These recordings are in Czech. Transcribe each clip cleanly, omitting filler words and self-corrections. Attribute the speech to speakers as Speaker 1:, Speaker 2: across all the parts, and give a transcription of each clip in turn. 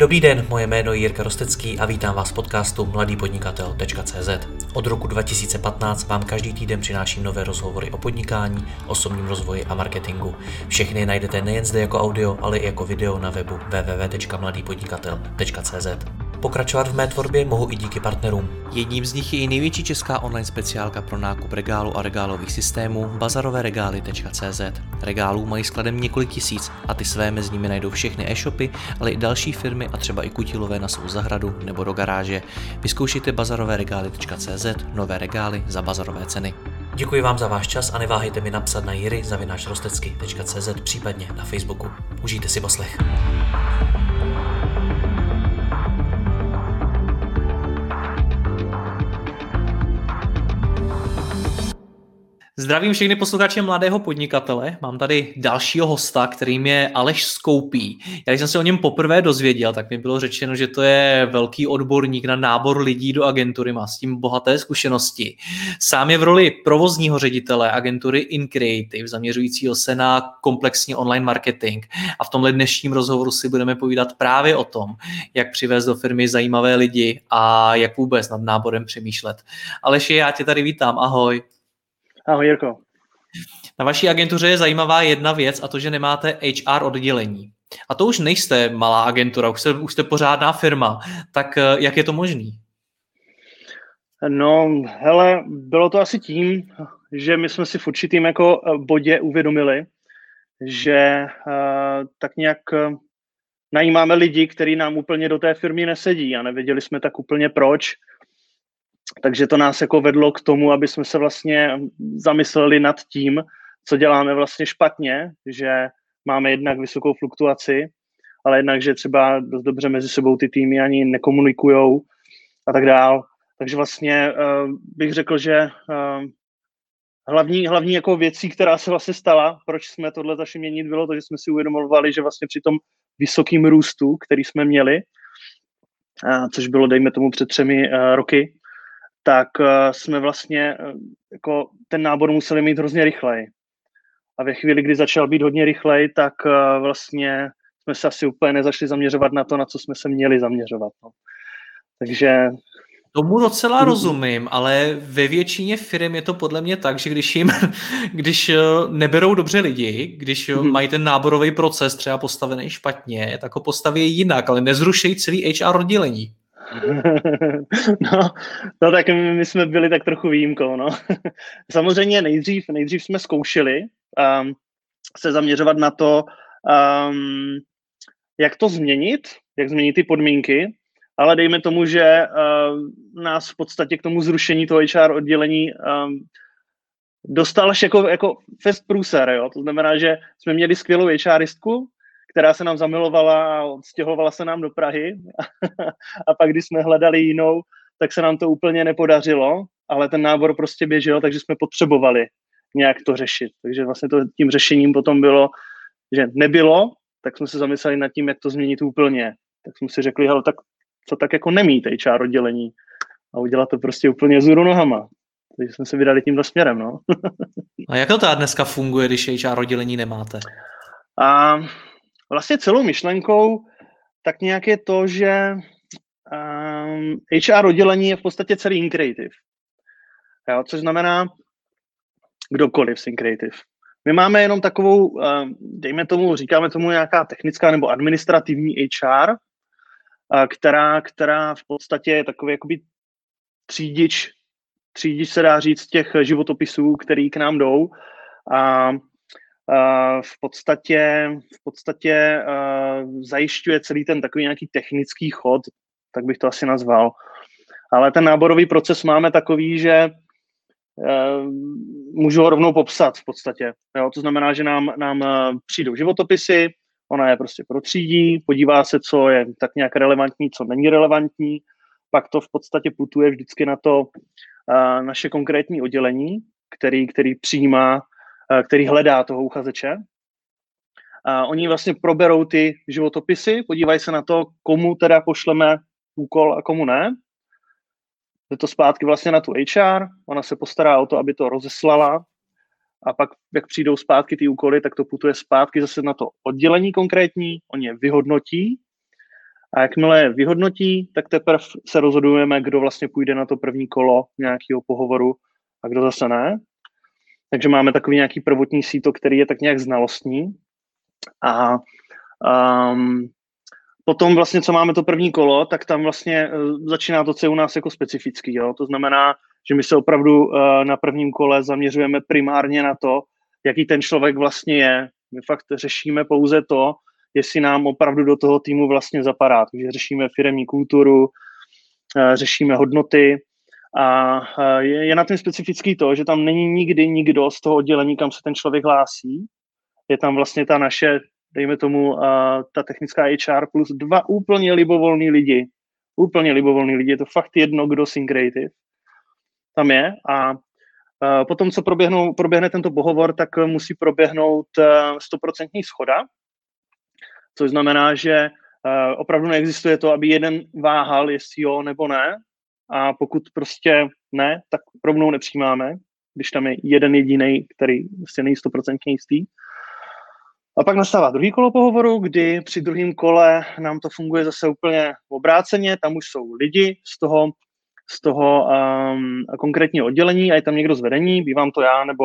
Speaker 1: Dobrý den, moje jméno je Jirka Rostecký a vítám vás v podcastu mladýpodnikatel.cz. Od roku 2015 vám každý týden přináším nové rozhovory o podnikání, osobním rozvoji a marketingu. Všechny najdete nejen zde jako audio, ale i jako video na webu www.mladýpodnikatel.cz. Pokračovat v mé tvorbě mohu i díky partnerům. Jedním z nich je i největší česká online speciálka pro nákup regálu a regálových systémů bazaroveregály.cz. Regálů mají skladem několik tisíc a ty své mezi nimi najdou všechny e-shopy, ale i další firmy a třeba i kutilové na svou zahradu nebo do garáže. Vyzkoušejte bazaroveregály.cz, nové regály za bazarové ceny. Děkuji vám za váš čas a neváhejte mi napsat na jiry@rostecky.cz, případně na Facebooku. Užijte si poslech. Zdravím všechny posluchače Mladého podnikatele. Mám tady dalšího hosta, kterým je Aleš Skoupý. Já když jsem se o něm poprvé dozvěděl, tak mi bylo řečeno, že to je velký odborník na nábor lidí do agentury, má s tím bohaté zkušenosti. Sám je v roli provozního ředitele agentury InCreative, zaměřujícího se na komplexní online marketing. A v tomhle dnešním rozhovoru si budeme povídat právě o tom, jak přivést do firmy zajímavé lidi a jak vůbec nad náborem přemýšlet. Aleši, já tě tady vítám, ahoj.
Speaker 2: Ahoj, Jirko.
Speaker 1: Na vaší agentuře je zajímavá jedna věc a to, že nemáte HR oddělení. A to už nejste malá agentura, už jste pořádná firma. Tak jak je to možný?
Speaker 2: No, hele, bylo to asi tím, že my jsme si v určitým jako bodě uvědomili, že tak nějak najímáme lidi, kteří nám úplně do té firmy nesedí a nevěděli jsme tak úplně proč. Takže to nás jako vedlo k tomu, aby jsme se vlastně zamysleli nad tím, co děláme vlastně špatně, že máme jednak vysokou fluktuaci, ale jednak, že třeba dost dobře mezi sebou ty týmy ani nekomunikujou a tak dál. Takže vlastně bych řekl, že hlavní jako věcí, která se vlastně stala, proč jsme tohle začali měnit, bylo to, že jsme si uvědomovali, že vlastně při tom vysokým růstu, který jsme měli, což bylo, dejme tomu, před 3 roky, tak jsme vlastně jako ten nábor museli mít hrozně rychleji. A ve chvíli, kdy začal být hodně rychleji, tak vlastně jsme se asi úplně nezačali zaměřovat na to, na co jsme se měli zaměřovat. No. Takže...
Speaker 1: Tomu docela rozumím, ale ve většině firm je to podle mě tak, že když neberou dobře lidi, když mají ten náborový proces třeba postavený špatně, tak ho postaví jinak, ale nezrušejí celý HR oddělení.
Speaker 2: No tak my jsme byli tak trochu výjimkou, no. Samozřejmě nejdřív jsme zkoušeli se zaměřovat na to, jak to změnit, jak změnit ty podmínky, ale dejme tomu, že nás v podstatě k tomu zrušení toho HR oddělení dostal až jako fest průser, jo. To znamená, že jsme měli skvělou HRistku, která se nám zamilovala a odstěhovala se nám do Prahy a pak, když jsme hledali jinou, tak se nám to úplně nepodařilo, ale ten nábor prostě běžel, takže jsme potřebovali nějak to řešit. Takže vlastně tím řešením potom bylo, že nebylo, tak jsme se zamysleli nad tím, jak to změnit úplně. Tak jsme si řekli, hele, tak co tak jako nemít HR oddělení a udělat to prostě úplně vzhůru nohama. Takže jsme se vydali tímhle směrem, no.
Speaker 1: A jak to teda dneska funguje, když HR oddělení nemáte?
Speaker 2: Vlastně celou myšlenkou tak nějak je to, že HR oddělení je v podstatě celý InCreative. Jo, což znamená kdokoliv z InCreative. My máme jenom takovou, dejme tomu, říkáme tomu nějaká technická nebo administrativní HR, která v podstatě je takový jakoby třídič se dá říct těch životopisů, který k nám jdou a v podstatě zajišťuje celý ten takový nějaký technický chod, tak bych to asi nazval. Ale ten náborový proces máme takový, že můžu ho rovnou popsat v podstatě. Jo? To znamená, že nám přijdou životopisy, ona je prostě protřídí, podívá se, co je tak nějak relevantní, co není relevantní, pak to v podstatě putuje vždycky na to naše konkrétní oddělení, který přijímá, který hledá toho uchazeče. Oni vlastně proberou ty životopisy, podívají se na to, komu teda pošleme úkol a komu ne. Je to zpátky vlastně na tu HR, ona se postará o to, aby to rozeslala a pak, jak přijdou zpátky ty úkoly, tak to putuje zpátky zase na to oddělení konkrétní, oni je vyhodnotí A jakmile je vyhodnotí, tak teprve se rozhodujeme, kdo vlastně půjde na to první kolo nějakého pohovoru a kdo zase ne. Takže máme takový nějaký prvotní síto, který je tak nějak znalostní. A potom vlastně, co máme to první kolo, tak tam vlastně začíná to, co je u nás jako specifický. Jo? To znamená, že my se opravdu na prvním kole zaměřujeme primárně na to, jaký ten člověk vlastně je. My fakt řešíme pouze to, jestli nám opravdu do toho týmu vlastně zapadá. Takže řešíme firemní kulturu, řešíme hodnoty a je na tom specifický to, že tam není nikdy nikdo z toho oddělení, kam se ten člověk hlásí. Je tam vlastně ta naše, dejme tomu, ta technická HR plus 2 úplně libovolný lidi. Úplně libovolný lidi. Je to fakt jedno, kdo Think Creative tam je. A potom, co proběhne tento pohovor, tak musí proběhnout 100% shoda, což znamená, že opravdu neexistuje to, aby jeden váhal, jestli jo nebo ne. A pokud prostě ne, tak rovnou nepřijímáme, když tam je jeden jediný, který prostě není 100% jistý. A pak nastává druhý kolo pohovoru, kdy při druhém kole nám to funguje zase úplně obráceně, tam už jsou lidi z toho konkrétního oddělení a je tam někdo z vedení, bývám to já nebo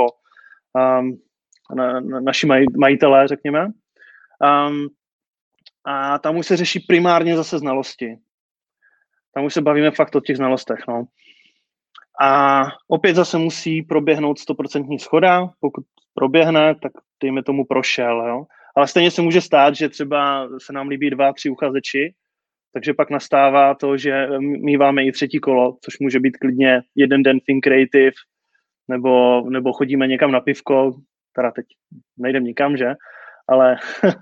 Speaker 2: naši majitelé, řekněme. A tam už se řeší primárně zase znalosti. Tam už se bavíme fakt o těch znalostech. No. A opět zase musí proběhnout 100% shoda. Pokud proběhne, tak dejme tomu prošel. Jo. Ale stejně se může stát, že třeba se nám líbí 2-3 uchazeči, takže pak nastává to, že míváme i třetí kolo, což může být klidně jeden den Think Creative, nebo chodíme někam na pivko, teda teď nejdem nikam, že? Ale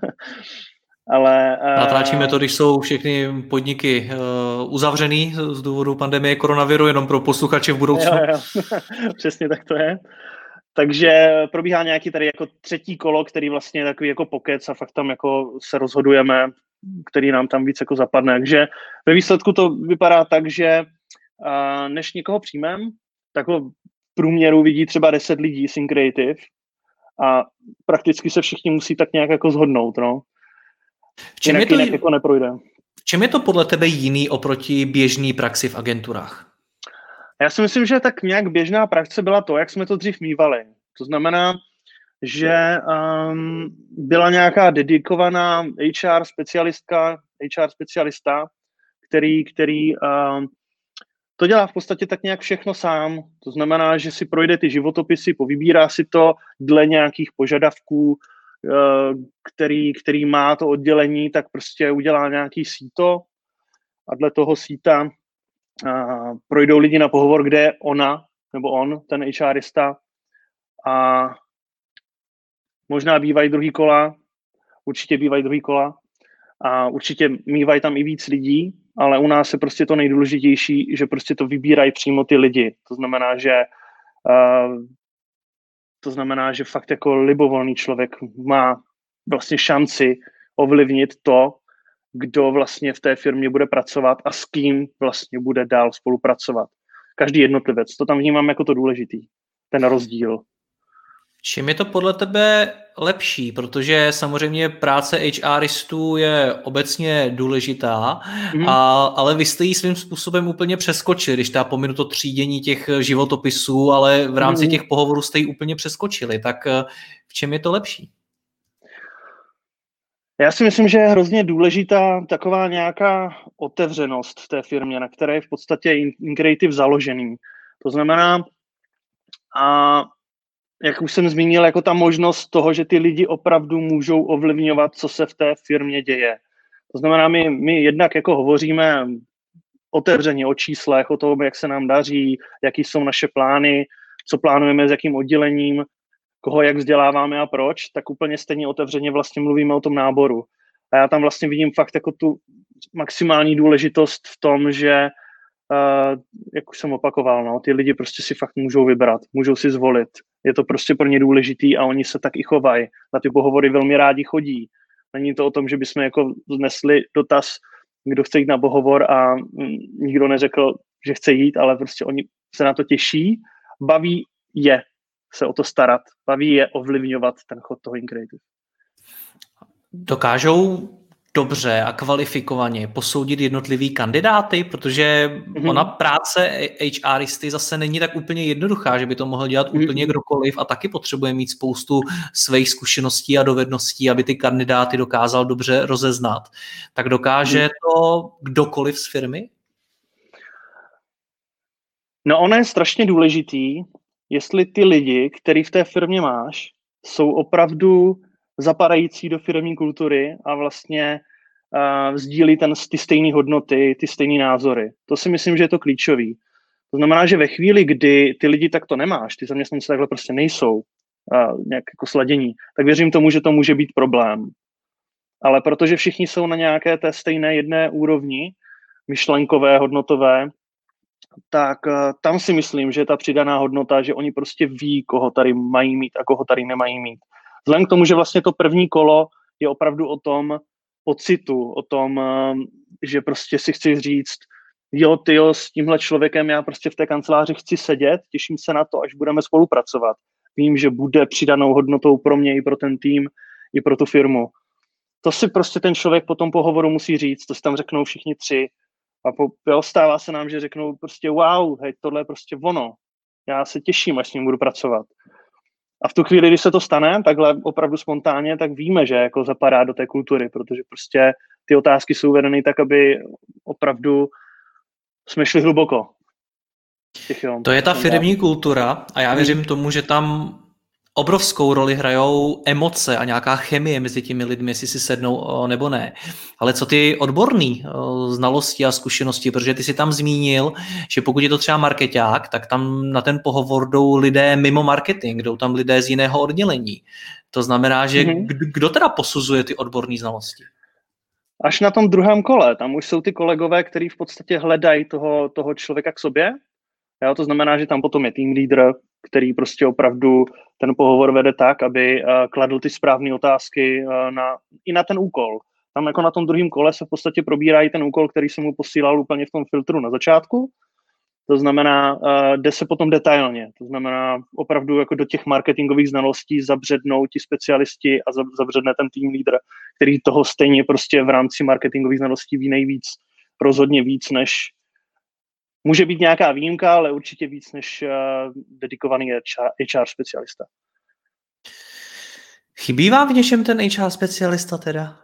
Speaker 1: natáčíme to, když jsou všechny podniky uzavřený z důvodu pandemie koronaviru, jenom pro posluchače v budoucnu.
Speaker 2: Jo. Přesně tak to je. Takže probíhá nějaký tady jako třetí kolo, který vlastně je takový jako pokec a fakt tam jako se rozhodujeme, který nám tam víc jako zapadne. Takže ve výsledku to vypadá tak, že než někoho přijmem, tak ho v průměru vidí třeba 10 lidí Think Creative a prakticky se všichni musí tak nějak jako shodnout, no. Jinak jako neprojde.
Speaker 1: V čem je to podle tebe jiný oproti běžné praxi v agenturách?
Speaker 2: Já si myslím, že tak nějak běžná praxe byla to, jak jsme to dřív mívali. To znamená, že byla nějaká dedikovaná HR specialista, který to dělá v podstatě tak nějak všechno sám. To znamená, že si projde ty životopisy, povybírá si to dle nějakých požadavků, který má to oddělení, tak prostě udělá nějaký síto a dle toho síta projdou lidi na pohovor, kde je ona nebo on, ten HRista, a možná bývají druhý kola, určitě bývají druhý kola a určitě mívají tam i víc lidí, ale u nás je prostě to nejdůležitější, že prostě to vybírají přímo ty lidi. To znamená, že fakt jako libovolný člověk má vlastně šanci ovlivnit to, kdo vlastně v té firmě bude pracovat a s kým vlastně bude dál spolupracovat. Každý jednotlivec. To tam vnímám jako to důležitý, ten rozdíl.
Speaker 1: Čím je to podle tebe lepší? Protože samozřejmě práce HRistů je obecně důležitá, ale vy jste ji svým způsobem úplně přeskočili, když pominu to třídění těch životopisů, ale v rámci těch pohovorů jste ji úplně přeskočili. Tak v čem je to lepší?
Speaker 2: Já si myslím, že je hrozně důležitá taková nějaká otevřenost v té firmě, na které je v podstatě Creative založený. To znamená, a jak už jsem zmínil, jako ta možnost toho, že ty lidi opravdu můžou ovlivňovat, co se v té firmě děje. To znamená, my jednak jako hovoříme otevřeně o číslech, o tom, jak se nám daří, jaký jsou naše plány, co plánujeme s jakým oddělením, koho jak vzděláváme a proč, tak úplně stejně otevřeně vlastně mluvíme o tom náboru. A já tam vlastně vidím fakt jako tu maximální důležitost v tom, že, jak už jsem opakoval, no, ty lidi prostě si fakt můžou vybrat, můžou si zvolit. Je to prostě pro ně důležitý a oni se tak i chovají. Na ty pohovory velmi rádi chodí. Není to o tom, že bychom jako vznesli dotaz, kdo chce jít na pohovor a nikdo neřekl, že chce jít, ale prostě oni se na to těší, baví je se o to starat, baví je ovlivňovat ten chod toho Creative.
Speaker 1: Dokážou dobře a kvalifikovaně posoudit jednotlivý kandidáty, protože ona práce HRisty zase není tak úplně jednoduchá, že by to mohl dělat úplně kdokoliv a taky potřebuje mít spoustu svých zkušeností a dovedností, aby ty kandidáty dokázal dobře rozeznat. Tak dokáže to kdokoliv z firmy?
Speaker 2: No ono je strašně důležitý, jestli ty lidi, který v té firmě máš, jsou opravdu zapadající do firmní kultury a vlastně sdílí ty stejné hodnoty, ty stejné názory. To si myslím, že je to klíčový. To znamená, že ve chvíli, kdy ty lidi takto nemáš, ty zaměstnanci takhle prostě nejsou nějak jako sladění, tak věřím tomu, že to může být problém. Ale protože všichni jsou na nějaké té stejné jedné úrovni, myšlenkové, hodnotové, tak tam si myslím, že je ta přidaná hodnota, že oni prostě ví, koho tady mají mít a koho tady nemají mít. Vzhledem k tomu, že vlastně to první kolo je opravdu o tom pocitu, o tom, že prostě si chci říct, jo, tyjo, s tímhle člověkem já prostě v té kanceláři chci sedět, těším se na to, až budeme spolupracovat. Vím, že bude přidanou hodnotou pro mě i pro ten tým, i pro tu firmu. To si prostě ten člověk po tom pohovoru musí říct, to si tam řeknou všichni tři. A stává se nám, že řeknou prostě wow, hej, tohle je prostě ono. Já se těším, až s ním budu pracovat. A v tu chvíli, když se to stane, takhle opravdu spontánně, tak víme, že jako zapadá do té kultury, protože prostě ty otázky jsou vedeny tak, aby opravdu jsme šli hluboko.
Speaker 1: To je ta firemní kultura a já věřím tomu, že tam obrovskou roli hrajou emoce a nějaká chemie mezi těmi lidmi, jestli si sednou nebo ne. Ale co ty odborný znalosti a zkušenosti, protože ty si tam zmínil, že pokud je to třeba markeťák, tak tam na ten pohovor jdou lidé mimo marketing, jdou tam lidé z jiného oddělení. To znamená, že kdo teda posuzuje ty odborné znalosti?
Speaker 2: Až na tom druhém kole, tam už jsou ty kolegové, kteří v podstatě hledají toho člověka k sobě. Jo, to znamená, že tam potom je team leader, který prostě opravdu ten pohovor vede tak, aby kladl ty správné otázky i na ten úkol. Tam jako na tom druhém kole se v podstatě probírá i ten úkol, který jsem mu posílal úplně v tom filtru na začátku. To znamená, jde se potom detailně. To znamená opravdu jako do těch marketingových znalostí zabřednou ti specialisti a zabředne ten team leader, který toho stejně prostě v rámci marketingových znalostí ví nejvíc, rozhodně víc než může být nějaká výjimka, ale určitě víc než dedikovaný HR specialista.
Speaker 1: Chybí vám v něčem ten HR specialista teda?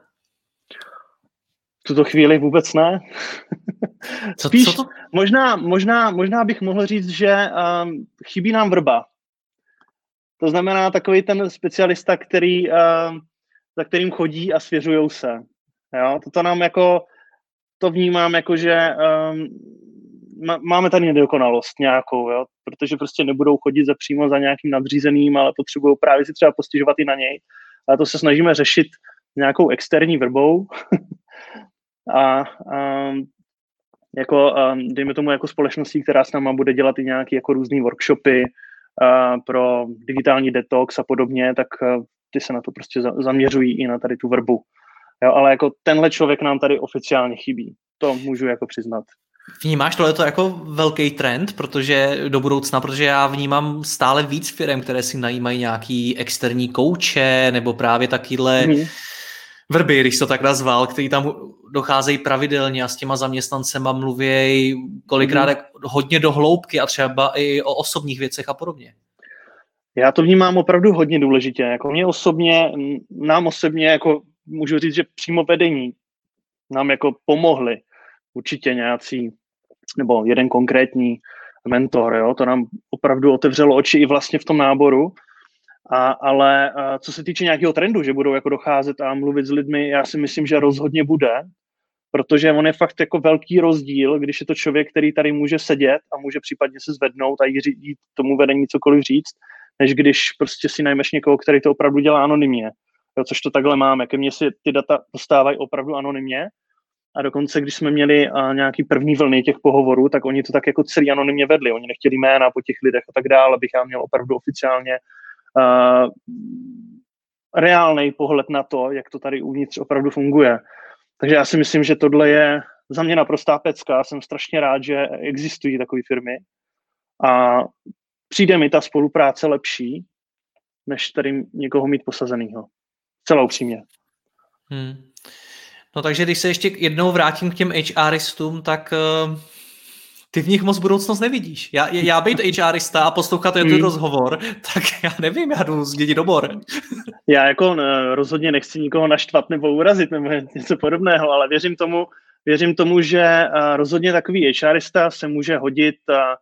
Speaker 2: V tuto chvíli vůbec ne. Spíš,
Speaker 1: co to?
Speaker 2: Možná bych mohl říct, že chybí nám vrba. To znamená takový ten specialista, za kterým chodí a svěřujou se. Jo? Toto nám jako, to vnímám jako, že máme tady nedokonalost nějakou, jo? Protože prostě nebudou chodit přímo za nějakým nadřízeným, ale potřebují právě si třeba postižovat i na něj. A to se snažíme řešit nějakou externí vrbou. Dejme tomu jako společností, která s náma bude dělat i nějaké jako různý workshopy pro digitální detox a podobně, tak ty se na to prostě zaměřují i na tady tu vrbu. Jo, ale jako tenhle člověk nám tady oficiálně chybí. To můžu jako přiznat.
Speaker 1: Vnímáš tohleto jako velký trend, protože do budoucna, protože já vnímám stále víc firem, které si najímají nějaký externí kouče nebo právě takýhle vrby, když to tak nazval, který tam docházejí pravidelně a s těma zaměstnancema mluví kolikrát hodně do hloubky a třeba i o osobních věcech a podobně.
Speaker 2: Já to vnímám opravdu hodně důležitě. Jako nám osobně, jako můžu říct, že přímo vedení nám jako pomohli určitě nějací, nebo jeden konkrétní mentor, jo? To nám opravdu otevřelo oči i vlastně v tom náboru. Ale co se týče nějakého trendu, že budou jako docházet a mluvit s lidmi, já si myslím, že rozhodně bude, protože on je fakt jako velký rozdíl, když je to člověk, který tady může sedět a může případně se zvednout a jít tomu vedení cokoliv říct, než když prostě si najmeš někoho, který to opravdu dělá anonymně. Jo, což to takhle máme. Ke mně si ty data dostávají opravdu anonymně. A dokonce, když jsme měli nějaký první vlny těch pohovorů, tak oni to tak jako celý anonymně vedli. Oni nechtěli jména po těch lidech a tak dále, abych já měl opravdu oficiálně reálný pohled na to, jak to tady uvnitř opravdu funguje. Takže já si myslím, že tohle je za mě naprostá pecka. Jsem strašně rád, že existují takové firmy a přijde mi ta spolupráce lepší, než tady někoho mít posazenýho. Celou upřímně.
Speaker 1: No takže když se ještě jednou vrátím k těm HRistům, tak ty v nich moc budoucnost nevidíš. Já být HRista a poslouchat ten rozhovor, tak já nevím, já jdu zdědit obor.
Speaker 2: Já jako rozhodně nechci nikoho naštvat nebo urazit nebo něco podobného, ale věřím tomu, že rozhodně takový HRista se může hodit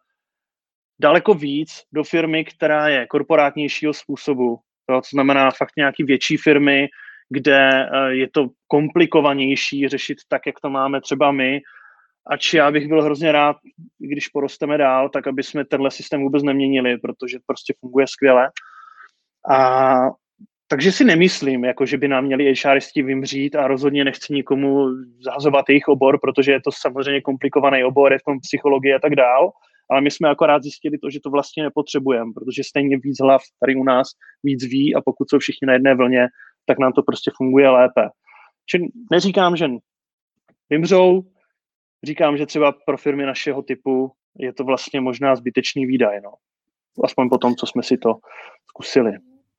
Speaker 2: daleko víc do firmy, která je korporátnějšího způsobu. To znamená fakt nějaký větší firmy, kde je to komplikovanější řešit tak, jak to máme třeba my. Ač já bych byl hrozně rád, když porosteme dál, tak aby jsme tenhle systém vůbec neměnili, protože prostě funguje skvěle. A takže si nemyslím, jako, že by nám měli HRisti vymřít a rozhodně nechci nikomu zahazovat jejich obor, protože je to samozřejmě komplikovaný obor, je v tom psychologie a tak dál, ale my jsme akorát zjistili to, že to vlastně nepotřebujeme, protože stejně víc hlav tady u nás víc ví a pokud jsou všichni na jedné vlně, tak nám to prostě funguje lépe. Čiže neříkám, že vymřou, říkám, že třeba pro firmy našeho typu je to vlastně možná zbytečný výdaj, no. Aspoň po tom, co jsme si to zkusili.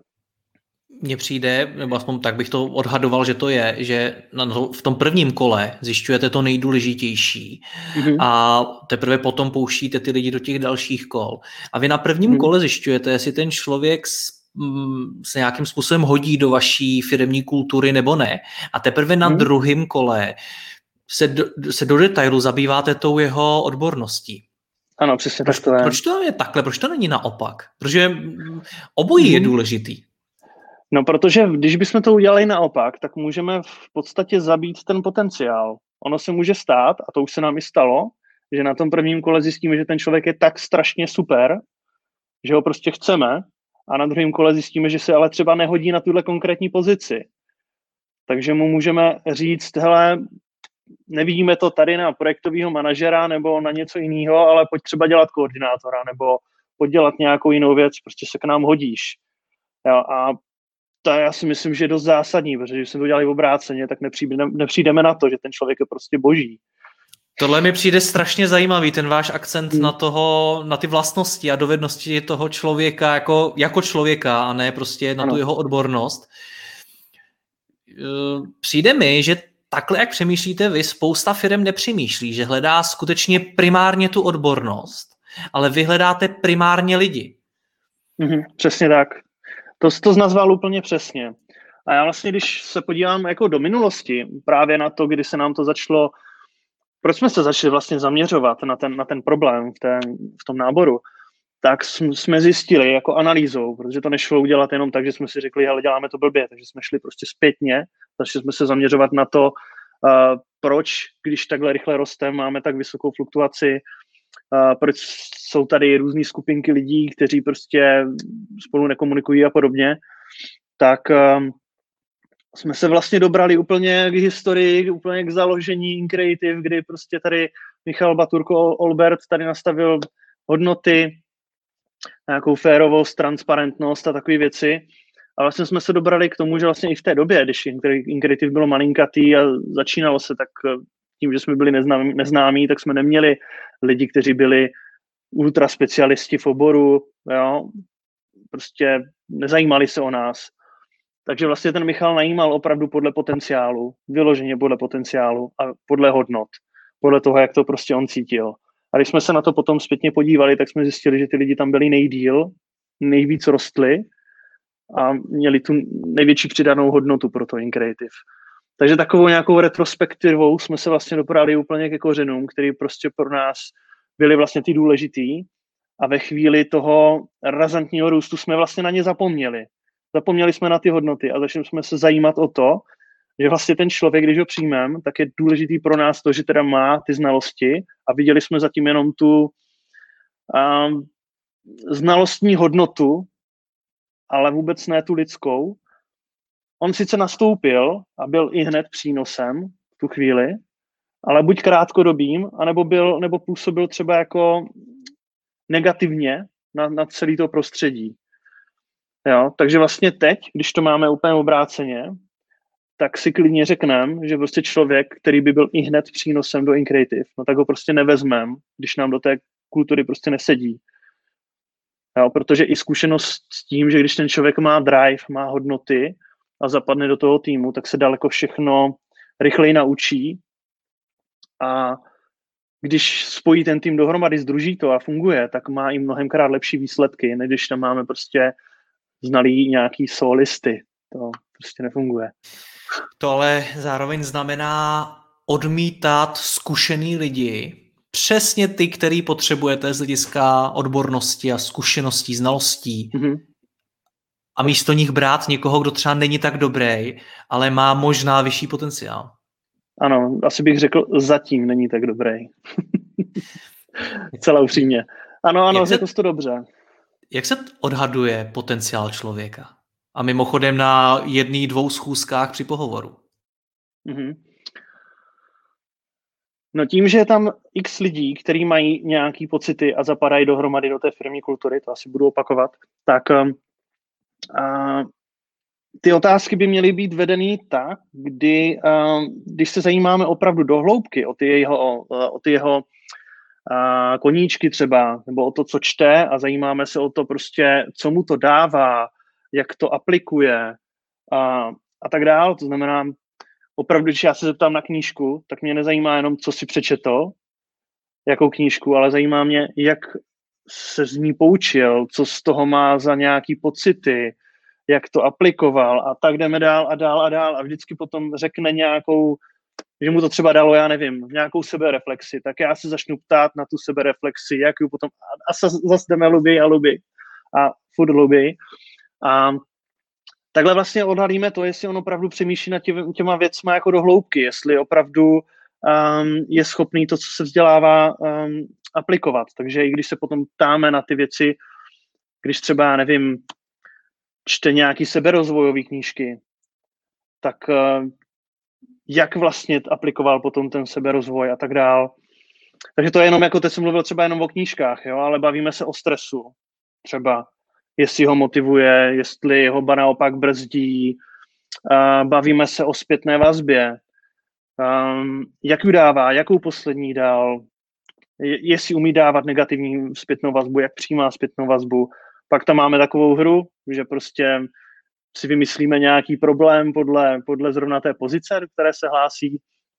Speaker 1: Mně přijde, nebo aspoň tak bych to odhadoval, že to je, že v tom prvním kole zjišťujete to nejdůležitější a teprve potom pouštíte ty lidi do těch dalších kol. A vy na prvním kole zjišťujete, jestli ten člověk se nějakým způsobem hodí do vaší firemní kultury nebo ne. A teprve na druhém kole se do detailu zabýváte tou jeho odborností.
Speaker 2: Ano, přesně tak to je.
Speaker 1: Proč to je takhle? Proč to není naopak? Protože obojí je důležitý.
Speaker 2: No, protože když bychom to udělali naopak, tak můžeme v podstatě zabít ten potenciál. Ono se může stát, a to už se nám i stalo, že na tom prvním kole zjistíme, že ten člověk je tak strašně super, že ho prostě chceme, a na druhém kole zjistíme, že se ale třeba nehodí na tuhle konkrétní pozici. Takže mu můžeme říct, hele, nevidíme to tady na projektového manažera nebo na něco jiného, ale pojď třeba dělat koordinátora nebo pojď dělat nějakou jinou věc, prostě se k nám hodíš. Jo, a to já si myslím, že je dost zásadní, protože když jsme to dělali obráceně, tak nepřijdeme na to, že ten člověk je prostě boží.
Speaker 1: Tohle mi přijde strašně zajímavý, ten váš akcent na ty vlastnosti a dovednosti toho člověka jako člověka a ne prostě na tu jeho odbornost. Přijde mi, že takhle, jak přemýšlíte vy, spousta firem nepřemýšlí, že hledá skutečně primárně tu odbornost, ale vy hledáte primárně lidi.
Speaker 2: Přesně tak. To nazval úplně přesně. A já vlastně, když se podívám jako do minulosti, právě na to, kdy se nám to začalo, proč jsme se začali vlastně zaměřovat na ten problém v tom náboru, tak jsme zjistili jako analýzou, protože to nešlo udělat jenom tak, že jsme si řekli, ale děláme to blbě, takže jsme šli prostě zpětně, začali jsme se zaměřovat na to, proč, když takhle rychle rosteme, máme tak vysokou fluktuaci, proč jsou tady různé skupinky lidí, kteří prostě spolu nekomunikují a podobně, tak jsme se vlastně dobrali úplně k historii, úplně k založení InCreative, kdy prostě tady Michal Baturko Olbert tady nastavil hodnoty, nějakou férovost, transparentnost a takové věci. A vlastně jsme se dobrali k tomu, že vlastně i v té době, když InCreative bylo malinkatý a začínalo se, tak tím, že jsme byli neznámí, tak jsme neměli lidi, kteří byli ultra specialisti v oboru, jo, prostě nezajímali se o nás. Takže vlastně ten Michal najímal opravdu podle potenciálu, vyloženě podle potenciálu a podle hodnot, podle toho, jak to prostě on cítil. A když jsme se na to potom zpětně podívali, tak jsme zjistili, že ty lidi tam byli nejdýl, nejvíc rostli a měli tu největší přidanou hodnotu pro to InCreative. Takže takovou nějakou retrospektivou jsme se vlastně doprali úplně ke kořenům, který prostě pro nás byli vlastně ty důležitý a ve chvíli toho razantního růstu jsme vlastně na ně zapomněli. Zapomněli jsme na ty hodnoty a začali jsme se zajímat o to, že vlastně ten člověk, když ho přijmeme, tak je důležitý pro nás to, že teda má ty znalosti a viděli jsme zatím jenom tu znalostní hodnotu, ale vůbec ne tu lidskou. On sice nastoupil a byl i hned přínosem v tu chvíli, ale buď krátkodobým, nebo působil třeba jako negativně na celé to prostředí. Jo, takže vlastně teď, když to máme úplně obráceně, tak si klidně řekneme, že prostě člověk, který by byl i hned přínosem do InCreative, no tak ho prostě nevezmeme, když nám do té kultury prostě nesedí. Jo, protože i zkušenost s tím, že když ten člověk má drive, má hodnoty a zapadne do toho týmu, tak se daleko všechno rychleji naučí a když spojí ten tým dohromady, sdruží to a funguje, tak má i mnohemkrát lepší výsledky, než když tam máme prostě znalý nějaký solisty. To prostě nefunguje.
Speaker 1: To ale zároveň znamená odmítat zkušený lidi, přesně ty, který potřebujete z hlediska odbornosti a zkušeností, znalostí. A místo nich brát někoho, kdo třeba není tak dobrý, ale má možná vyšší potenciál.
Speaker 2: Ano, asi bych řekl, zatím není tak dobrý. Celá upřímně. Ano, řekl jsi to dobře.
Speaker 1: Jak se odhaduje potenciál člověka? A mimochodem na 1-2 schůzkách při pohovoru.
Speaker 2: No tím, že je tam x lidí, kteří mají nějaký pocity a zapadají dohromady do té firmní kultury, to asi budu opakovat, tak ty otázky by měly být vedený tak, když se zajímáme opravdu do hloubky o ty jeho koníčky třeba, nebo o to, co čte a zajímáme se o to prostě, co mu to dává, jak to aplikuje a tak dál. To znamená, opravdu, když já se zeptám na knížku, tak mě nezajímá jenom, co si přečetl, jakou knížku, ale zajímá mě, jak se z ní poučil, co z toho má za nějaký pocity, jak to aplikoval a tak jdeme dál a dál a dál a vždycky potom řekne nějakou, že mu to třeba dalo, já nevím, nějakou sebereflexi, tak já se začnu ptát na tu sebereflexi, jak ji potom a zase jdeme lubí a furt lubí. A takhle vlastně odhalíme to, jestli on opravdu přemýšlí nad těma věcma jako do hloubky, jestli opravdu je schopný to, co se vzdělává, aplikovat. Takže i když se potom ptáme na ty věci, když třeba, nevím, čte nějaký seberozvojový knížky, tak jak vlastně aplikoval potom ten seberozvoj a tak dál. Takže to je jenom, jako teď jsem mluvil třeba jenom o knížkách, jo, ale bavíme se o stresu třeba, jestli ho motivuje, jestli ho naopak brzdí, bavíme se o zpětné vazbě, jak ji dává, jakou poslední dál, jestli umí dávat negativní zpětnou vazbu, jak přijímá zpětnou vazbu. Pak tam máme takovou hru, že prostě si vymyslíme nějaký problém podle zrovna té pozice, do které se hlásí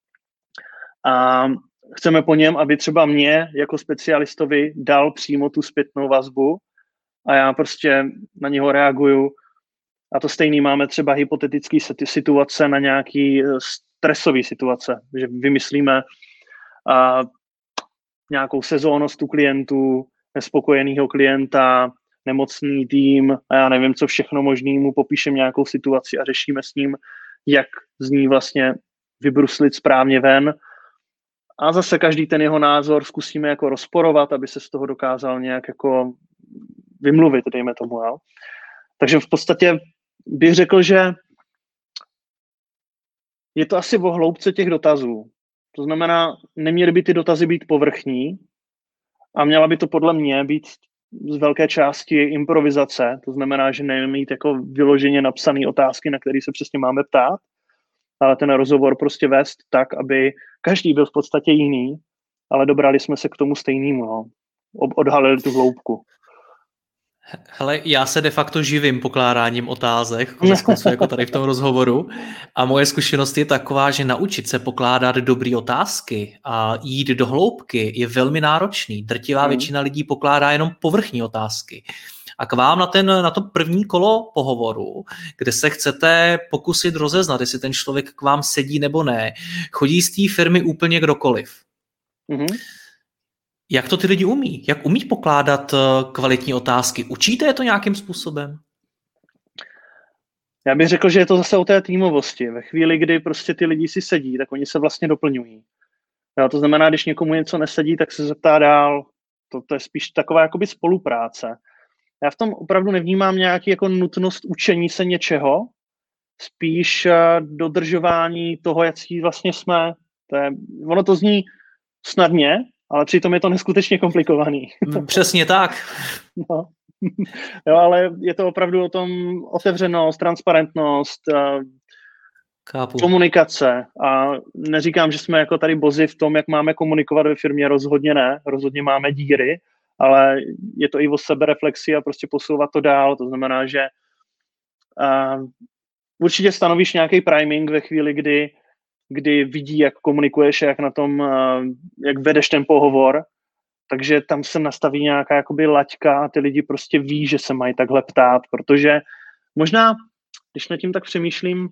Speaker 2: a chceme po něm, aby třeba mě jako specialistovi dal přímo tu zpětnou vazbu a já prostě na něho reaguju. A to stejný máme třeba hypotetické situace na nějaký stresové situace, že vymyslíme nějakou sezónnost u klientů, nespokojenýho klienta, nemocný tým a já nevím, co všechno možný, mu popíšeme nějakou situaci a řešíme s ním, jak z ní vlastně vybruslit správně ven. A zase každý ten jeho názor zkusíme jako rozporovat, aby se z toho dokázal nějak jako vymluvit, dejme tomu. Jo. Takže v podstatě bych řekl, že je to asi o hloubce těch dotazů. To znamená, neměly by ty dotazy být povrchní a měla by to podle mě být z velké části improvizace. To znamená, že nemít jako vyloženě napsané otázky, na které se přesně máme ptát, ale ten rozhovor prostě vést tak, aby každý byl v podstatě jiný, ale dobrali jsme se k tomu stejnému. No. Odhalili tu hloubku.
Speaker 1: Hele, já se de facto živím pokládáním otázek, jako tady v tom rozhovoru. A moje zkušenost je taková, že naučit se pokládat dobré otázky a jít do hloubky je velmi náročný. Drtivá většina lidí pokládá jenom povrchní otázky. A k vám na to první kolo pohovoru, kde se chcete pokusit rozeznat, jestli ten člověk k vám sedí nebo ne, chodí z té firmy úplně kdokoliv. Jak to ty lidi umí? Jak umí pokládat kvalitní otázky? Učíte je to nějakým způsobem?
Speaker 2: Já bych řekl, že je to zase o té týmovosti. Ve chvíli, kdy prostě ty lidi si sedí, tak oni se vlastně doplňují. Jo, to znamená, když někomu něco nesedí, tak se zeptá dál. To je spíš taková jakoby spolupráce. Já v tom opravdu nevnímám nějaký jako nutnost učení se něčeho, spíš dodržování toho, jaký vlastně jsme. Ono to zní snadně, ale přitom je to neskutečně komplikovaný.
Speaker 1: Přesně tak.
Speaker 2: No. Jo, ale je to opravdu o tom otevřenost, transparentnost, komunikace. A neříkám, že jsme jako tady bozi v tom, jak máme komunikovat ve firmě, rozhodně ne. Rozhodně máme díry, ale je to i o sebereflexi a prostě posouvat to dál. To znamená, že určitě stanovíš nějaký priming ve chvíli, kdy kdy vidí, jak komunikuješ, jak na tom, jak vedeš ten pohovor, takže tam se nastaví nějaká jakoby laťka a ty lidi prostě ví, že se mají takhle ptát, protože možná, když nad tím tak přemýšlím,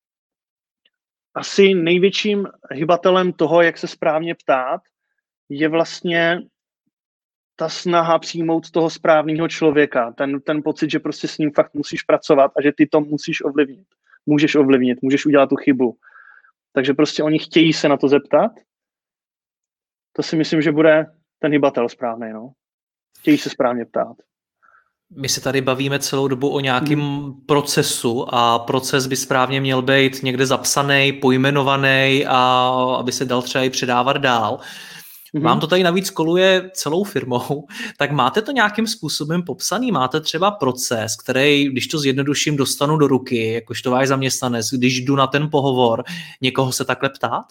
Speaker 2: asi největším hybatelem toho, jak se správně ptát, je vlastně ta snaha přijmout toho správného člověka. Ten pocit, že prostě s ním fakt musíš pracovat a že ty to musíš ovlivnit. Můžeš udělat tu chybu. Takže prostě oni chtějí se na to zeptat. To si myslím, že bude ten hybatel správný. No. Chtějí se správně ptát.
Speaker 1: My se tady bavíme celou dobu o nějakém procesu a proces by správně měl být někde zapsaný, pojmenovaný a aby se dal třeba i předávat dál. Vám to tady navíc koluje celou firmou, tak máte to nějakým způsobem popsaný? Máte třeba proces, který, když to zjednoduším, dostanu do ruky, jakožto váš zaměstnanec, když jdu na ten pohovor, někoho se takhle ptát?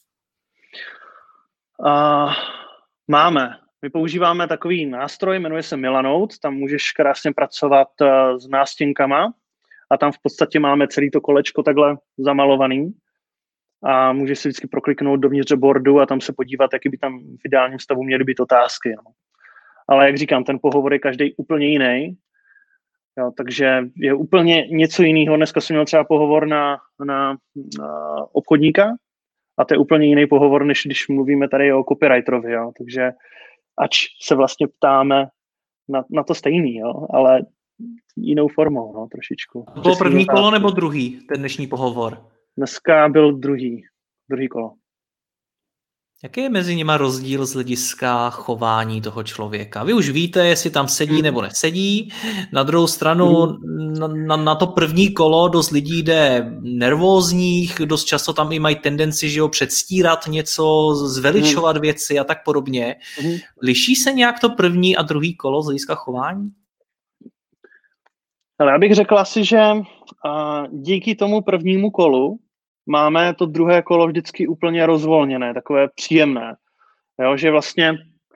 Speaker 2: Máme. My používáme takový nástroj, jmenuje se Milanote, tam můžeš krásně pracovat s nástěnkama a tam v podstatě máme celý to kolečko takhle zamalovaný a můžeš si vždycky prokliknout dovnitř boardu a tam se podívat, jaký by tam v ideálním stavu měly být otázky. No. Ale jak říkám, ten pohovor je každý úplně jiný, jo, takže je úplně něco jiného. Dneska jsem měl třeba pohovor na obchodníka a to je úplně jiný pohovor, než když mluvíme tady o copywriterovi. Jo. Takže ač se vlastně ptáme na to stejný, jo, ale jinou formou, no, trošičku.
Speaker 1: To bylo první kolo nebo druhý, ten dnešní pohovor?
Speaker 2: Dneska byl druhý kolo.
Speaker 1: Jaký je mezi nimi rozdíl z hlediska chování toho člověka? Vy už víte, jestli tam sedí nebo nesedí. Na druhou stranu na to první kolo dost lidí jde nervózních, dost často tam i mají tendenci, že předstírat něco, zveličovat věci a tak podobně. Liší se nějak to první a druhý kolo z hlediska chování?
Speaker 2: Ale já bych řekl asi, že díky tomu prvnímu kolu máme to druhé kolo vždycky úplně rozvolněné, takové příjemné. Jo, že vlastně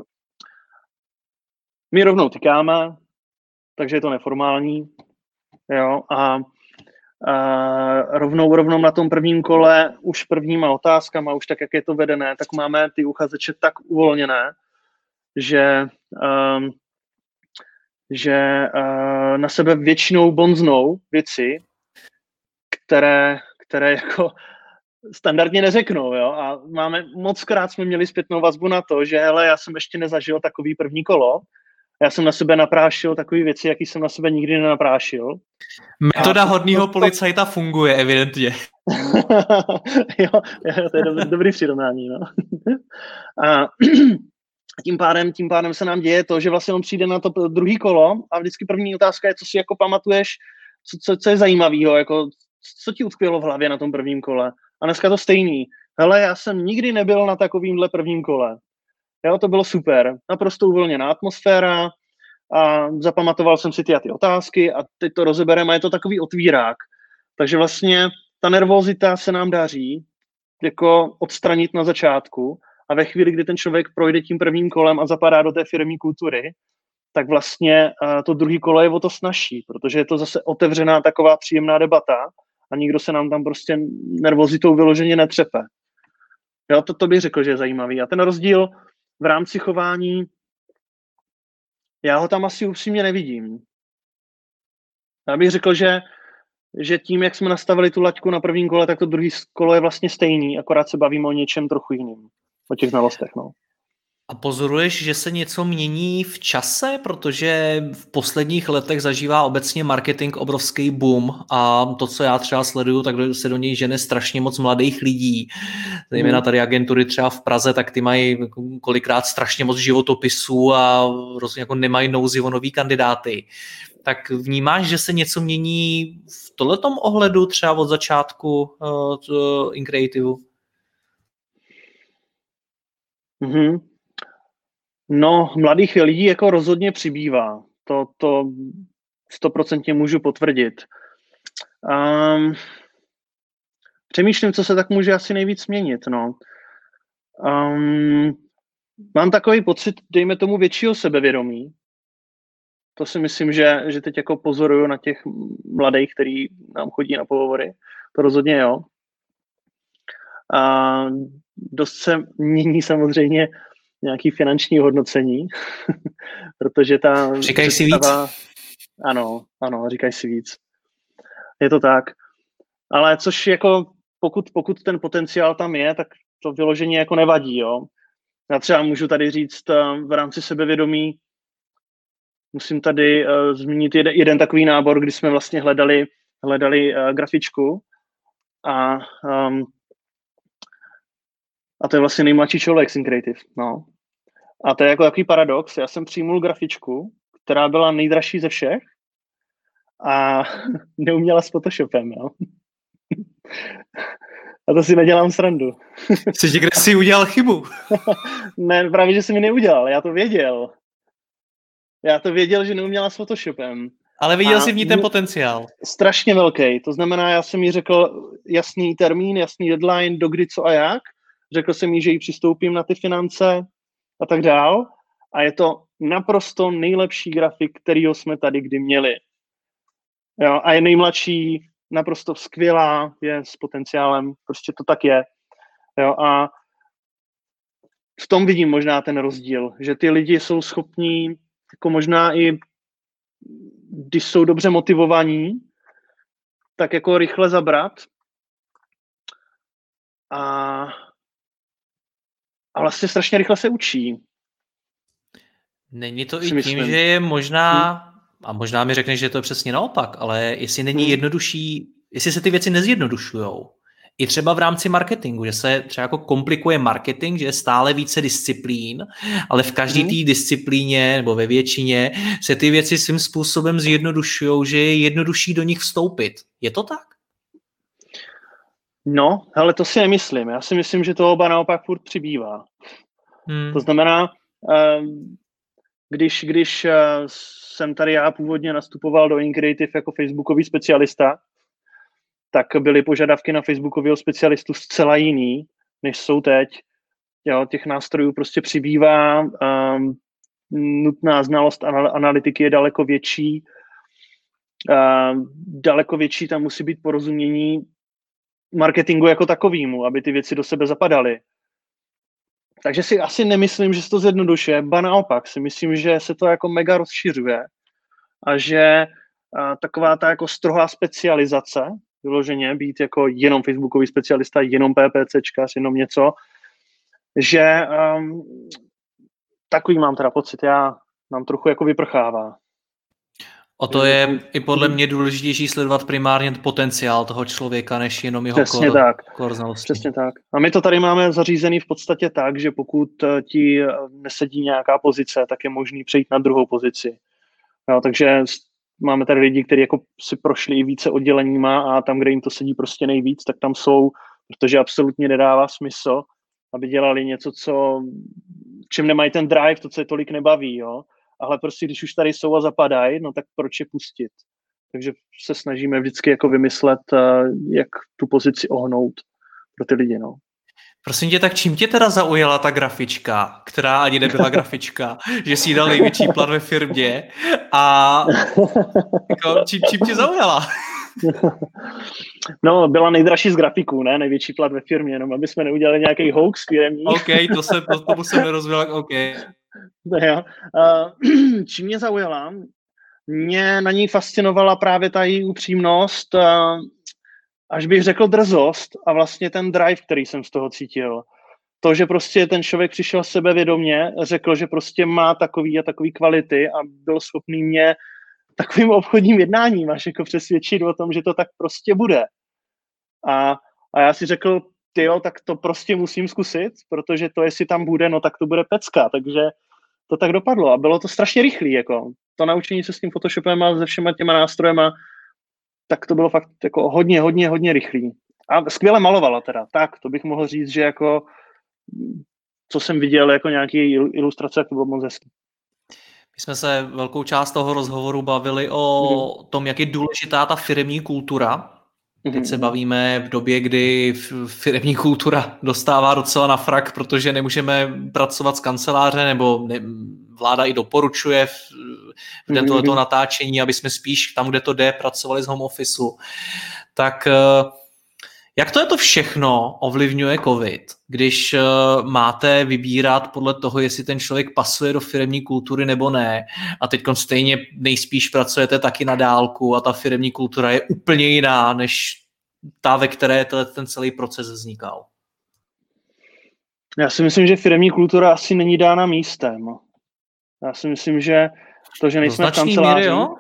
Speaker 2: my rovnou tykáme, takže je to neformální. Jo, a rovnou na tom prvním kole už prvníma otázkama, už tak, jak je to vedené, tak máme ty uchazeče tak uvolněné, že na sebe většinou bonznou věci, které jako standardně neřeknou, jo, a mockrát jsme měli zpětnou vazbu na to, že hele, já jsem ještě nezažil takový první kolo, já jsem na sebe naprášil takové věci, jaký jsem na sebe nikdy nenaprášil.
Speaker 1: Metoda hodného policajta funguje, evidentně.
Speaker 2: jo, to je dobrý přirovnání, no. A tím pádem se nám děje to, že vlastně on přijde na to druhý kolo a vždycky první otázka je, co si jako pamatuješ, co je zajímavého, jako co ti utkvělo v hlavě na tom prvním kole. A dneska to stejný. Hele, já jsem nikdy nebyl na takovýmhle prvním kole. Jo, to bylo super. Naprosto uvolněná atmosféra a zapamatoval jsem si ty otázky a teď to rozebereme a je to takový otvírák. Takže vlastně ta nervózita se nám daří jako odstranit na začátku a ve chvíli, kdy ten člověk projde tím prvním kolem a zapadá do té firmní kultury, tak vlastně to druhý kolo je o to snazší, protože je to zase otevřená taková příjemná debata a nikdo se nám tam prostě nervozitou vyloženě netřepe. Jo, to bych řekl, že je zajímavý. A ten rozdíl v rámci chování, já ho tam asi upřímně nevidím. Já bych řekl, že tím, jak jsme nastavili tu laťku na prvním kole, tak to druhý kolo je vlastně stejný, akorát se bavíme o něčem trochu jiným, o těch znalostech, no.
Speaker 1: A pozoruješ, že se něco mění v čase, protože v posledních letech zažívá obecně marketing obrovský boom a to, co já třeba sleduju, tak se do něj žene strašně moc mladých lidí. Zejména tady agentury třeba v Praze, tak ty mají kolikrát strašně moc životopisů a prostě jako nemají nouzi o nový kandidáty. Tak vnímáš, že se něco mění v tohletom ohledu třeba od začátku InCreativu?
Speaker 2: No, mladých lidí jako rozhodně přibývá. To 100% můžu potvrdit. Přemýšlím, co se tak může asi nejvíc měnit. No. Mám takový pocit, dejme tomu, většího sebevědomí. To si myslím, že teď jako pozoruju na těch mladých, který nám chodí na pohovory. To rozhodně jo. A dost se mění samozřejmě nějaký finanční hodnocení, protože ta
Speaker 1: Říkají si víc?
Speaker 2: Ano, říkají si víc. Je to tak. Ale což jako, pokud ten potenciál tam je, tak to vyloženě jako nevadí, jo. Já třeba můžu tady říct v rámci sebevědomí, musím tady zmínit jeden takový nábor, kdy jsme vlastně hledali grafičku a to je vlastně nejmladší člověk Syncreative, no. A to je jako takový paradox. Já jsem přijmul grafičku, která byla nejdražší ze všech a neuměla s Photoshopem, jo. A to si nedělám srandu.
Speaker 1: Jsi kde jsi udělal chybu?
Speaker 2: Ne, právě, že jsem ji neudělal. Já to věděl, že neuměla s Photoshopem.
Speaker 1: Ale viděl jsi v ní ten potenciál.
Speaker 2: Strašně velký. To znamená, já jsem jí řekl jasný termín, jasný deadline, do kdy, co a jak. Řekl jsem jí, že jí přistoupím na ty finance a tak dál. A je to naprosto nejlepší grafik, kterýho jsme tady kdy měli. Jo, a je nejmladší, naprosto skvělá, je s potenciálem, prostě to tak je. Jo, a v tom vidím možná ten rozdíl, že ty lidi jsou schopní, jako možná i když jsou dobře motivovaní, tak jako rychle zabrat a vlastně strašně rychle se učí.
Speaker 1: Není to i tím, že je možná, a možná mi řekneš, že to je přesně naopak, ale jestli není jednodušší, jestli se ty věci nezjednodušujou, i třeba v rámci marketingu, že se třeba jako komplikuje marketing, že je stále více disciplín, ale v každé té disciplíně nebo ve většině se ty věci svým způsobem zjednodušujou, že je jednodušší do nich vstoupit. Je to tak?
Speaker 2: No, ale to si nemyslím. Já si myslím, že toho oba naopak furt přibývá. To znamená, když jsem tady já původně nastupoval do InCreative jako facebookový specialista, tak byly požadavky na facebookového specialistu zcela jiný, než jsou teď. Jo, těch nástrojů prostě přibývá, nutná znalost analytiky je daleko větší, tam musí být porozumění marketingu jako takovýmu, aby ty věci do sebe zapadaly. Takže si asi nemyslím, že se to zjednodušuje, ba naopak si myslím, že se to jako mega rozšiřuje a že taková ta jako strohá specializace, vyloženě být jako jenom facebookový specialista, jenom PPCčkař, jenom něco, že takový mám teda pocit, já nám trochu jako vyprchává.
Speaker 1: O to je i podle mě důležitější sledovat primárně potenciál toho člověka, než jenom jeho core znalosti.
Speaker 2: Přesně tak. A my to tady máme zařízený v podstatě tak, že pokud ti nesedí nějaká pozice, tak je možný přejít na druhou pozici. No, takže máme tady lidi, kteří jako si prošli i více odděleníma a tam, kde jim to sedí prostě nejvíc, tak tam jsou, protože absolutně nedává smysl, aby dělali něco, čím nemají ten drive, to, co je tolik nebaví, jo. Ale prostě, když už tady jsou a zapadají, no tak proč je pustit? Takže se snažíme vždycky jako vymyslet, jak tu pozici ohnout pro ty lidi, no.
Speaker 1: Prosím tě, tak čím tě teda zaujala ta grafička, která ani nebyla grafička, že jsi jí dal největší plat ve firmě a jako, čím tě zaujala?
Speaker 2: No, byla nejdražší z grafiků, ne? Největší plat ve firmě, jenom aby jsme neudělali nějaký hoax firemní.
Speaker 1: OK, tomu jsem nerozvěděl, OK.
Speaker 2: Jo. Čím mě zaujala? Mě na ní fascinovala právě ta její upřímnost, až bych řekl drzost a vlastně ten drive, který jsem z toho cítil. To, že prostě ten člověk přišel sebevědomě, řekl, že prostě má takový a takový kvality a byl schopný mě takovým obchodním jednáním až jako přesvědčit o tom, že to tak prostě bude. A já si řekl, tyjo, tak to prostě musím zkusit, protože to, jestli tam bude, no tak to bude pecka, takže to tak dopadlo a bylo to strašně rychlý, jako to naučení se s tím Photoshopem a se všema těma nástrojema, tak to bylo fakt jako hodně rychlý. A skvěle malovala teda, tak to bych mohl říct, že jako co jsem viděl jako nějaký ilustrace, jak to bylo moc hezký.
Speaker 1: My jsme se velkou část toho rozhovoru bavili o tom, jak je důležitá ta firemní kultura. Teď se bavíme v době, kdy firemní kultura dostává docela na frak, protože nemůžeme pracovat z kanceláře, nebo vláda i doporučuje v tohleto natáčení, aby jsme spíš tam, kde to jde, pracovali z home officeu. Tak Jak to všechno ovlivňuje COVID, když máte vybírat podle toho, jestli ten člověk pasuje do firemní kultury nebo ne, a teď stejně nejspíš pracujete taky na dálku a ta firemní kultura je úplně jiná, než ta, ve které ten celý proces vznikal?
Speaker 2: Já si myslím, že firemní kultura asi není dána místem. Já si myslím, že to, že nejsme v kanceláři... Míry, jo?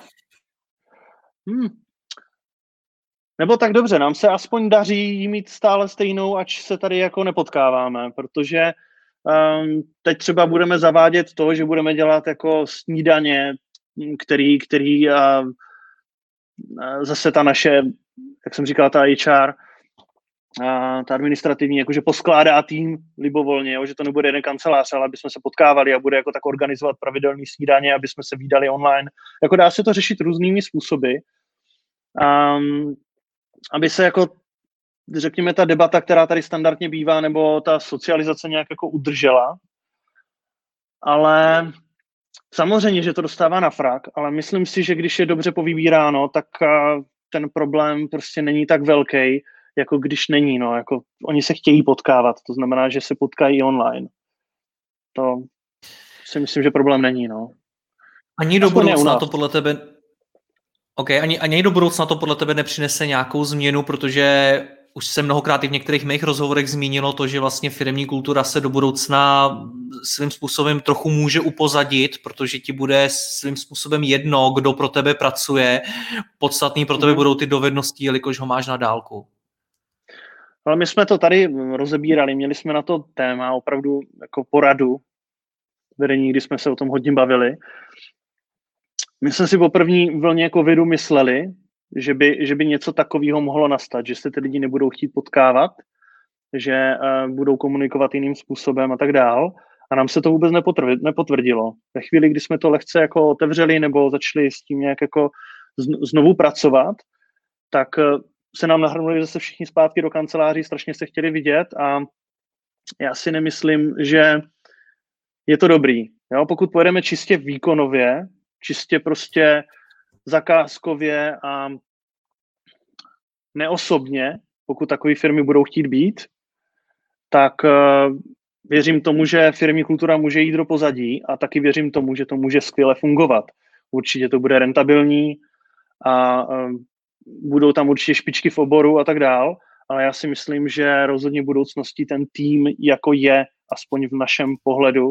Speaker 2: Nebo tak dobře, nám se aspoň daří jí mít stále stejnou, ač se tady jako nepotkáváme, protože teď třeba budeme zavádět to, že budeme dělat jako snídaně, který zase ta naše, jak jsem říkal, ta HR, ta administrativní, jakože poskládá tým libovolně, jo, že to nebude jeden kancelář, ale aby jsme se potkávali a bude jako tak organizovat pravidelný snídaně, aby jsme se vídali online. Jako dá se to řešit různými způsoby. Aby se jako, řekněme, ta debata, která tady standardně bývá, nebo ta socializace nějak jako udržela. Ale samozřejmě, že to dostává na frak, ale myslím si, že když je dobře povybíráno, tak ten problém prostě není tak velký, jako když není. No, jako oni se chtějí potkávat, to znamená, že se potkají online. To si myslím, že problém není. No.
Speaker 1: Ani do budoucna to podle tebe... OK, ani do budoucna to podle tebe nepřinese nějakou změnu, protože už se mnohokrát i v některých mých rozhovorech zmínilo to, že vlastně firemní kultura se do budoucna svým způsobem trochu může upozadit, protože ti bude svým způsobem jedno, kdo pro tebe pracuje. Podstatný pro tebe budou ty dovednosti, jelikož ho máš na dálku.
Speaker 2: Ale my jsme to tady rozebírali, měli jsme na to téma, opravdu jako poradu vedení, kdy jsme se o tom hodně bavili. My jsme si po první vlně covidu mysleli, že by něco takového mohlo nastat, že se ty lidi nebudou chtít potkávat, že budou komunikovat jiným způsobem a tak dál. A nám se to vůbec nepotvrdilo. Ve chvíli, kdy jsme to lehce jako otevřeli nebo začali s tím nějak jako znovu pracovat, tak se nám nahrnuli zase všichni zpátky do kanceláří, strašně se chtěli vidět a já si nemyslím, že je to dobrý. Jo? Pokud pojedeme čistě výkonově, čistě prostě zakázkově a neosobně, pokud takové firmy budou chtít být, tak věřím tomu, že firmní kultura může jít do pozadí a taky věřím tomu, že to může skvěle fungovat. Určitě to bude rentabilní a budou tam určitě špičky v oboru a tak dál, ale já si myslím, že rozhodně v budoucnosti ten tým jako je, aspoň v našem pohledu.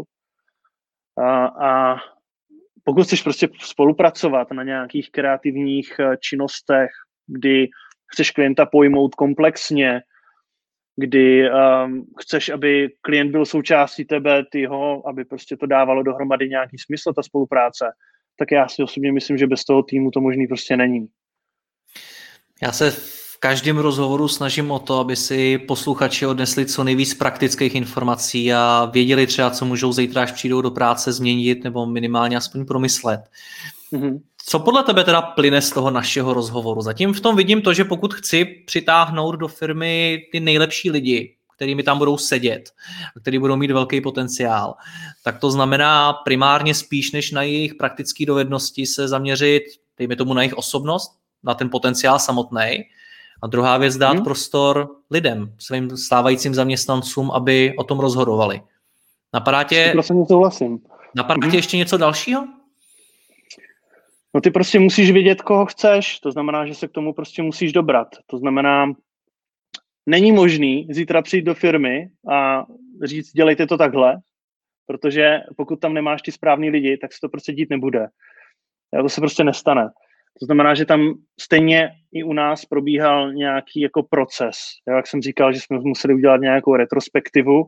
Speaker 2: A pokud chceš prostě spolupracovat na nějakých kreativních činnostech, kdy chceš klienta pojmout komplexně, kdy chceš, aby klient byl součástí tebe, aby prostě to dávalo dohromady nějaký smysl, ta spolupráce, tak já si osobně myslím, že bez toho týmu to možný prostě není.
Speaker 1: Já se v každém rozhovoru snažím o to, aby si posluchači odnesli co nejvíc praktických informací a věděli třeba, co můžou zítra, až přijdou do práce, změnit nebo minimálně aspoň promyslet. Mm-hmm. Co podle tebe teda plyne z toho našeho rozhovoru? Zatím v tom vidím to, že pokud chci přitáhnout do firmy ty nejlepší lidi, kterými tam budou sedět, který budou mít velký potenciál, tak to znamená primárně spíš než na jejich praktické dovednosti se zaměřit, dejme tomu na jejich osobnost, na ten potenciál samotný. A druhá věc, dát prostor lidem, svým stávajícím zaměstnancům, aby o tom rozhodovali. Napadá tě ještě něco dalšího?
Speaker 2: No ty prostě musíš vědět, koho chceš, to znamená, že se k tomu prostě musíš dobrat. To znamená, není možný zítra přijít do firmy a říct, dělejte to takhle, protože pokud tam nemáš ty správný lidi, tak se to prostě dít nebude. To se prostě nestane. To znamená, že tam stejně i u nás probíhal nějaký jako proces. Jak jsem říkal, že jsme museli udělat nějakou retrospektivu,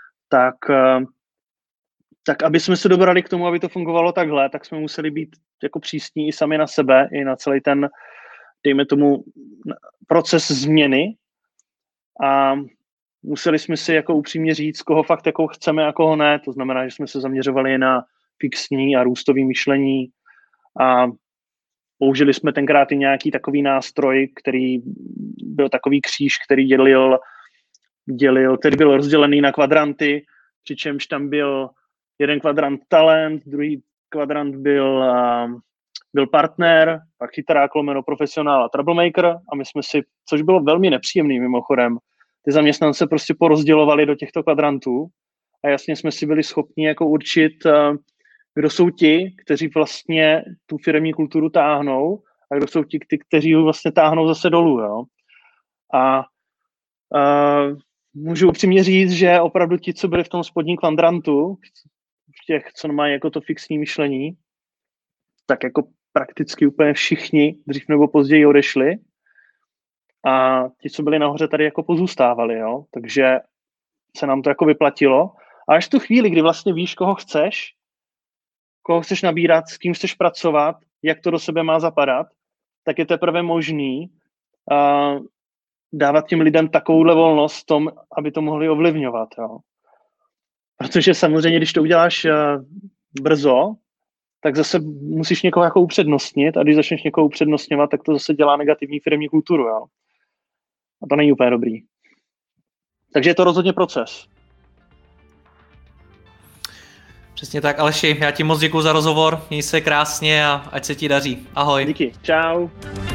Speaker 2: tak aby jsme se dobrali k tomu, aby to fungovalo takhle, tak jsme museli být jako přísní i sami na sebe, i na celý ten, dejme tomu, proces změny. A museli jsme si jako upřímně říct, koho fakt jako chceme a koho ne. To znamená, že jsme se zaměřovali na fixní a růstový myšlení a použili jsme tenkrát i nějaký takový nástroj, který byl takový kříž, který který byl rozdělený na kvadranty, přičemž tam byl jeden kvadrant talent, druhý kvadrant byl byl partner, pak chytrák lomeno profesionál a troublemaker a my jsme si, což bylo velmi nepříjemný mimochodem, ty zaměstnance prostě porozdělovali do těchto kvadrantů a jasně jsme si byli schopni jako určit, kdo jsou ti, kteří vlastně tu firemní kulturu táhnou a kdo jsou ti, kteří ji vlastně táhnou zase dolů. Jo? A můžu upřímně říct, že opravdu ti, co byli v tom spodním kvadrantu, v těch, co mají jako to fixní myšlení, tak jako prakticky úplně všichni dřív nebo později odešli a ti, co byli nahoře, tady jako pozůstávali, jo? Takže se nám to jako vyplatilo. A až tu chvíli, kdy vlastně víš, koho chceš nabírat, s kým chceš pracovat, jak to do sebe má zapadat, tak je teprve možný dávat těm lidem takovouhle volnost v tom, aby to mohli ovlivňovat. Jo? Protože samozřejmě, když to uděláš brzo, tak zase musíš někoho jako upřednostnit a když začneš někoho upřednostňovat, tak to zase dělá negativní firemní kulturu. Jo? A to není úplně dobrý. Takže je to rozhodně proces.
Speaker 1: Přesně tak, Aleši, já ti moc děkuju za rozhovor, měj se krásně a ať se ti daří. Ahoj.
Speaker 2: Díky, čau.